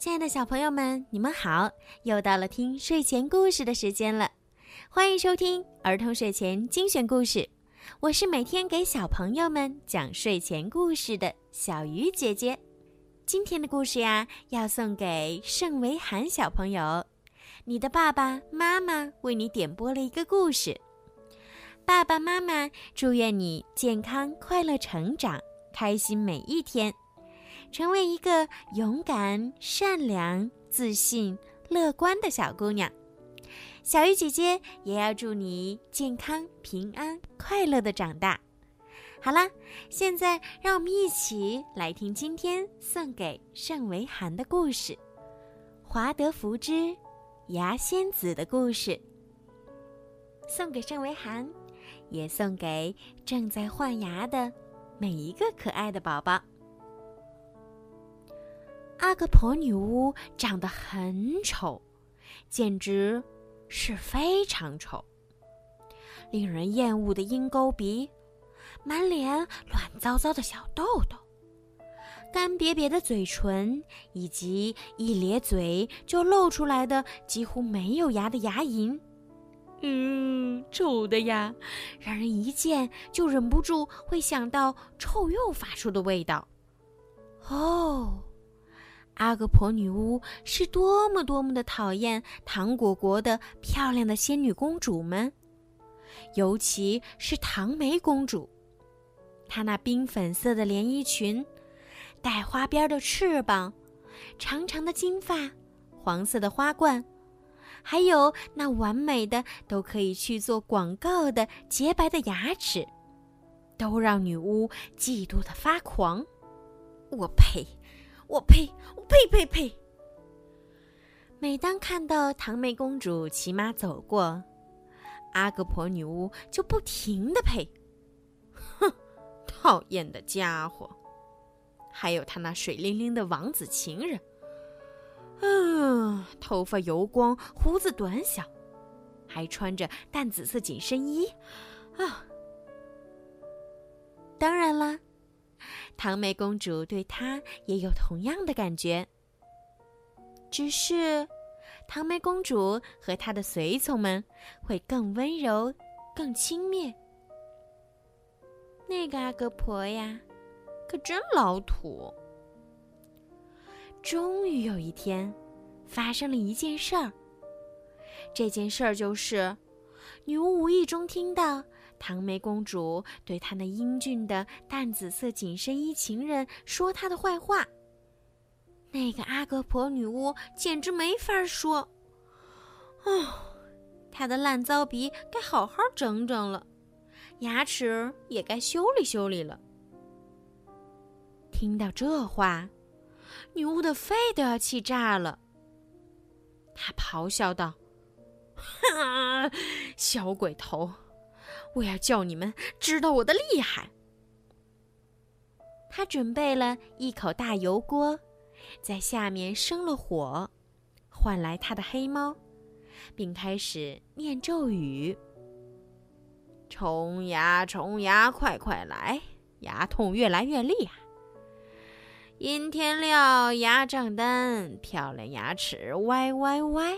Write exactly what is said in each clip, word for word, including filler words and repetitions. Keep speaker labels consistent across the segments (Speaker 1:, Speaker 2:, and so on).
Speaker 1: 亲爱的小朋友们，你们好，又到了听睡前故事的时间了。欢迎收听儿童睡前精选故事，我是每天给小朋友们讲睡前故事的小鱼姐姐。今天的故事呀，要送给盛维涵小朋友。你的爸爸妈妈为你点播了一个故事。爸爸妈妈祝愿你健康快乐成长，开心每一天，成为一个勇敢、善良、自信、乐观的小姑娘。小鱼姐姐也要祝你健康、平安、快乐地长大。好啦，现在让我们一起来听今天送给盛维涵的故事《华德福之牙仙子的故事》，送给盛维涵，也送给正在换牙的每一个可爱的宝宝。阿格婆女巫长得很丑，简直是非常丑。令人厌恶的鹰钩鼻，满脸乱糟糟的小痘痘，干瘪瘪的嘴唇，以及一咧嘴就露出来的几乎没有牙的牙龈。嗯，丑的呀，让人一见就忍不住会想到臭鼬发出的味道。哦，阿格婆女巫是多么多么的讨厌糖果国的漂亮的仙女公主们，尤其是糖梅公主。她那冰粉色的连衣裙，带花边的翅膀，长长的金发，黄色的花冠，还有那完美的都可以去做广告的洁白的牙齿，都让女巫嫉妒得发狂。我呸！我呸！我呸呸呸！每当看到糖梅公主骑马走过，阿格婆女巫就不停地呸。哼，讨厌的家伙！还有他那水灵灵的王子情人，嗯，头发油光，胡子短小，还穿着淡紫色紧身衣啊！当然啦，糖梅公主对她也有同样的感觉，只是糖梅公主和她的随从们会更温柔、更轻蔑。那个阿格婆呀，可真老土。终于有一天，发生了一件事儿。这件事儿就是，女巫无意中听到糖梅公主对她那英俊的淡紫色紧身衣情人说她的坏话。那个阿格婆女巫简直没法说。哦，她的烂糟鼻该好好整整了，牙齿也该修理修理了。听到这话，女巫的肺都要气炸了。她咆哮道：哈，小鬼头，我要叫你们知道我的厉害。她准备了一口大油锅，在下面生了火，唤来她的黑猫，并开始念咒语：虫牙虫牙快快来，牙痛越来越厉害。阴天料牙账单，漂亮牙齿歪歪歪。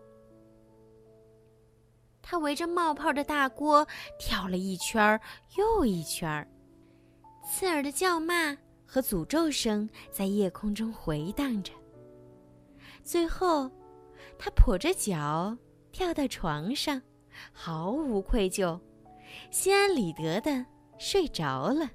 Speaker 1: 他围着冒泡的大锅跳了一圈又一圈，刺耳的叫骂和诅咒声在夜空中回荡着。最后，他跛着脚跳到床上，毫无愧疚，心安理得地睡着了。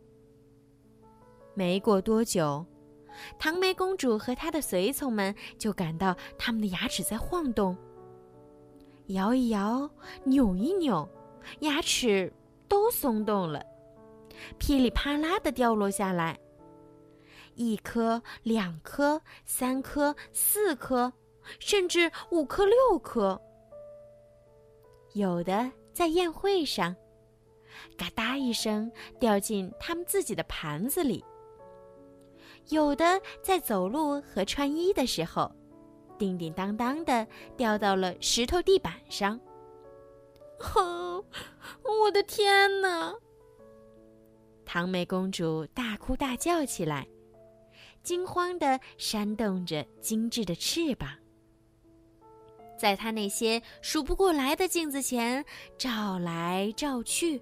Speaker 1: 没过多久，糖梅公主和她的随从们就感到他们的牙齿在晃动，摇一摇，扭一扭，牙齿都松动了，噼里啪啦地掉落下来。一颗、两颗、三颗、四颗，甚至五颗、六颗。有的在宴会上，嘎哒一声掉进他们自己的盘子里；有的在走路和穿衣的时候，叮叮当当地掉到了石头地板上。哦，我的天哪！糖梅公主大哭大叫起来， 惊慌地扇动着精致的翅膀，在它那些数不过来的镜子前照来照去。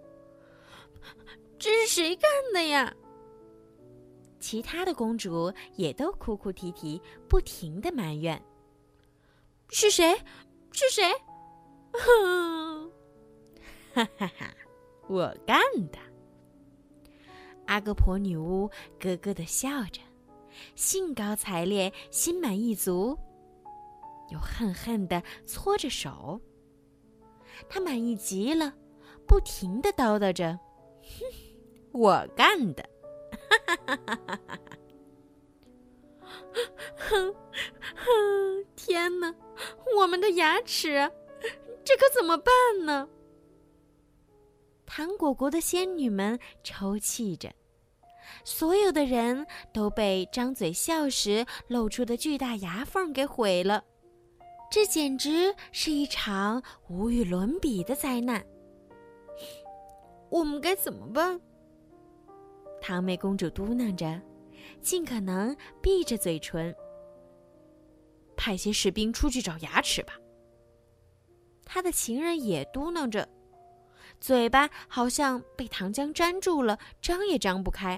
Speaker 1: 这是谁干的呀？其他的公主也都哭哭啼啼，不停地埋怨：是谁？是谁？哼，哈哈哈，我干的。阿哥婆女巫咯咯地笑着，兴高采烈，心满意足，又恨恨地搓着手。她满意极了，不停地叨叨着：哼，我干的。哈哈哈哈哈！哼哼，天哪，我们的牙齿，这可怎么办呢？糖果国的仙女们抽泣着，所有的人都被张嘴笑时露出的巨大牙缝给毁了。这简直是一场无与伦比的灾难。我们该怎么办？糖妹公主嘟囔着，尽可能闭着嘴唇。派些士兵出去找牙齿吧。她的情人也嘟囔着，嘴巴好像被糖浆粘住了，张也张不开。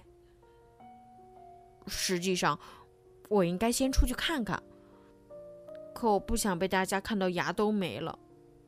Speaker 1: 实际上，我应该先出去看看，可我不想被大家看到牙都没了。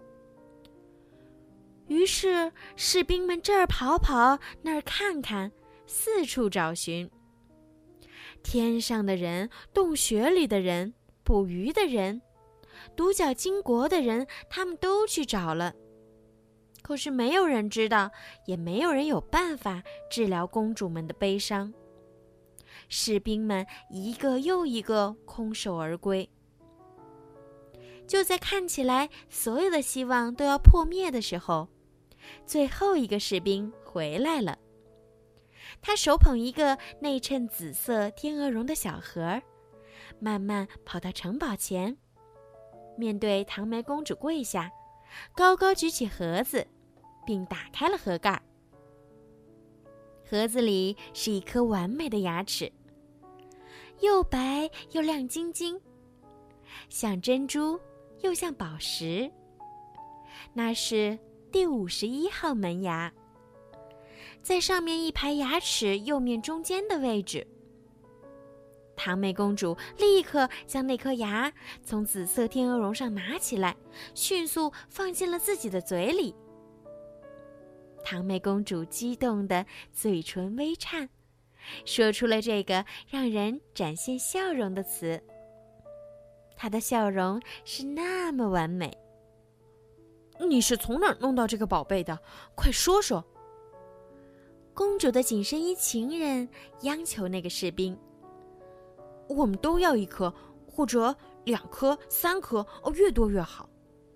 Speaker 1: 于是，士兵们这儿跑跑，那儿看看，四处找寻。天上的人，洞穴里的人，捕鱼的人，独角巾国的人，他们都去找了。可是没有人知道，也没有人有办法治疗公主们的悲伤。士兵们一个又一个空手而归。就在看起来所有的希望都要破灭的时候，最后一个士兵回来了。他手捧一个内衬紫色天鹅绒的小盒，慢慢跑到城堡前，面对糖梅公主跪下，高高举起盒子，并打开了盒盖。盒子里是一颗完美的牙齿，又白又亮晶晶，像珍珠又像宝石。那是第五十一号门牙，在上面一排牙齿右面中间的位置。糖妹公主立刻将那颗牙从紫色天鹅绒上拿起来，迅速放进了自己的嘴里。糖妹公主激动得嘴唇微颤，说出了这个让人展现笑容的词。她的笑容是那么完美。你是从哪儿弄到这个宝贝的？快说说。公主的紧身衣情人央求那个士兵。我们都要一颗，或者两颗、三颗，哦，越多越好。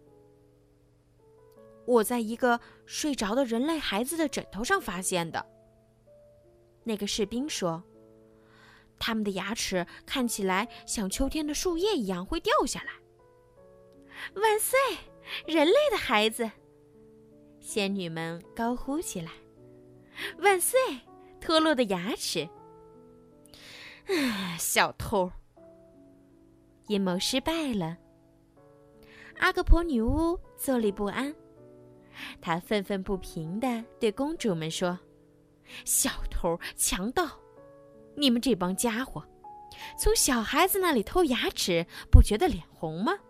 Speaker 1: 我在一个睡着的人类孩子的枕头上发现的。那个士兵说，他们的牙齿看起来像秋天的树叶一样会掉下来。万岁，人类的孩子！仙女们高呼起来。万岁，脱落的牙齿！唉，小偷！阴谋失败了。阿格婆女巫坐立不安，她愤愤不平地对公主们说：“小偷、强盗，你们这帮家伙，从小孩子那里偷牙齿，不觉得脸红吗？”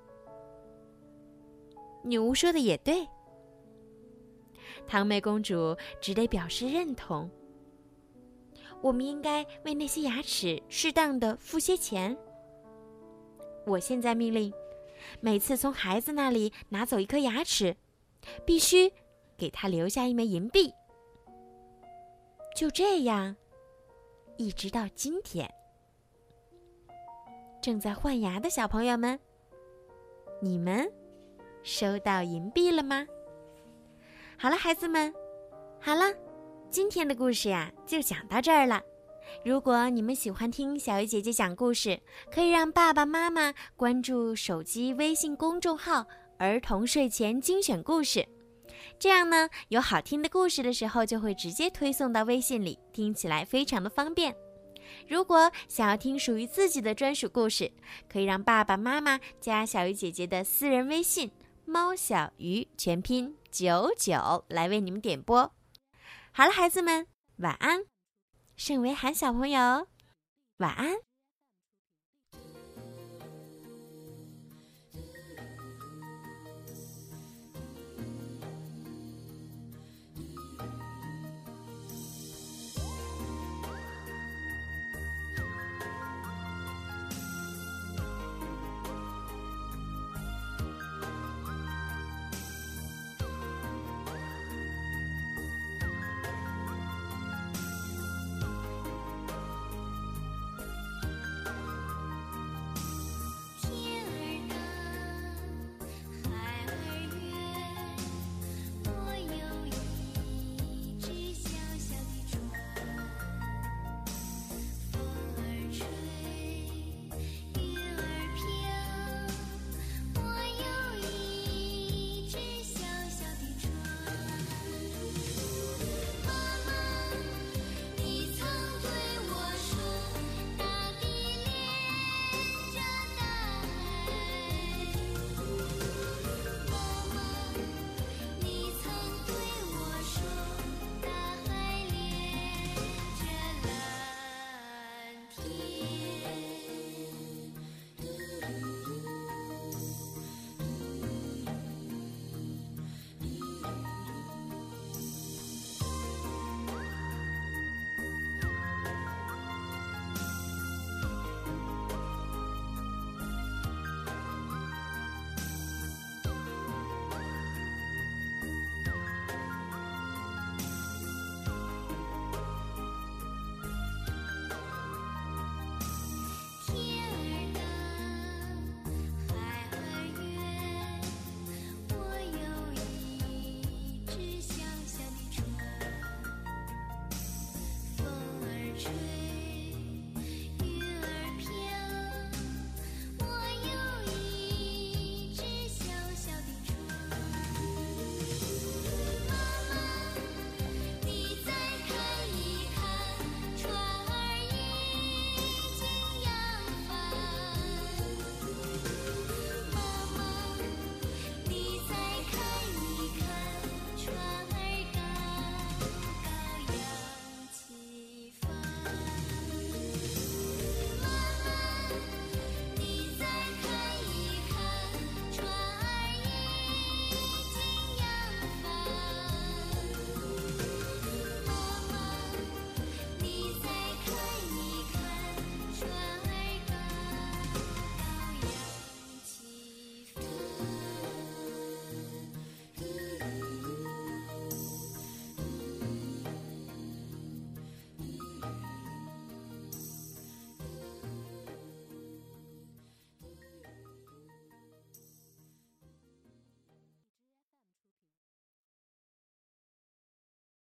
Speaker 1: 女巫说的也对。糖妹公主只得表示认同。我们应该为那些牙齿适当的付些钱。我现在命令，每次从孩子那里拿走一颗牙齿，必须给他留下一枚银币。就这样，一直到今天。正在换牙的小朋友们，你们收到银币了吗？好了，孩子们，好了，今天的故事呀，就讲到这儿了。如果你们喜欢听小鱼姐姐讲故事，可以让爸爸妈妈关注手机微信公众号儿童睡前精选故事，这样呢，有好听的故事的时候就会直接推送到微信里，听起来非常的方便。 如果想要听属于自己的专属故事，可以让爸爸妈妈加小鱼姐姐的私人微信猫小鱼全拼九九来为你们点播。好了，孩子们，晚安。盛维涵小朋友，晚安。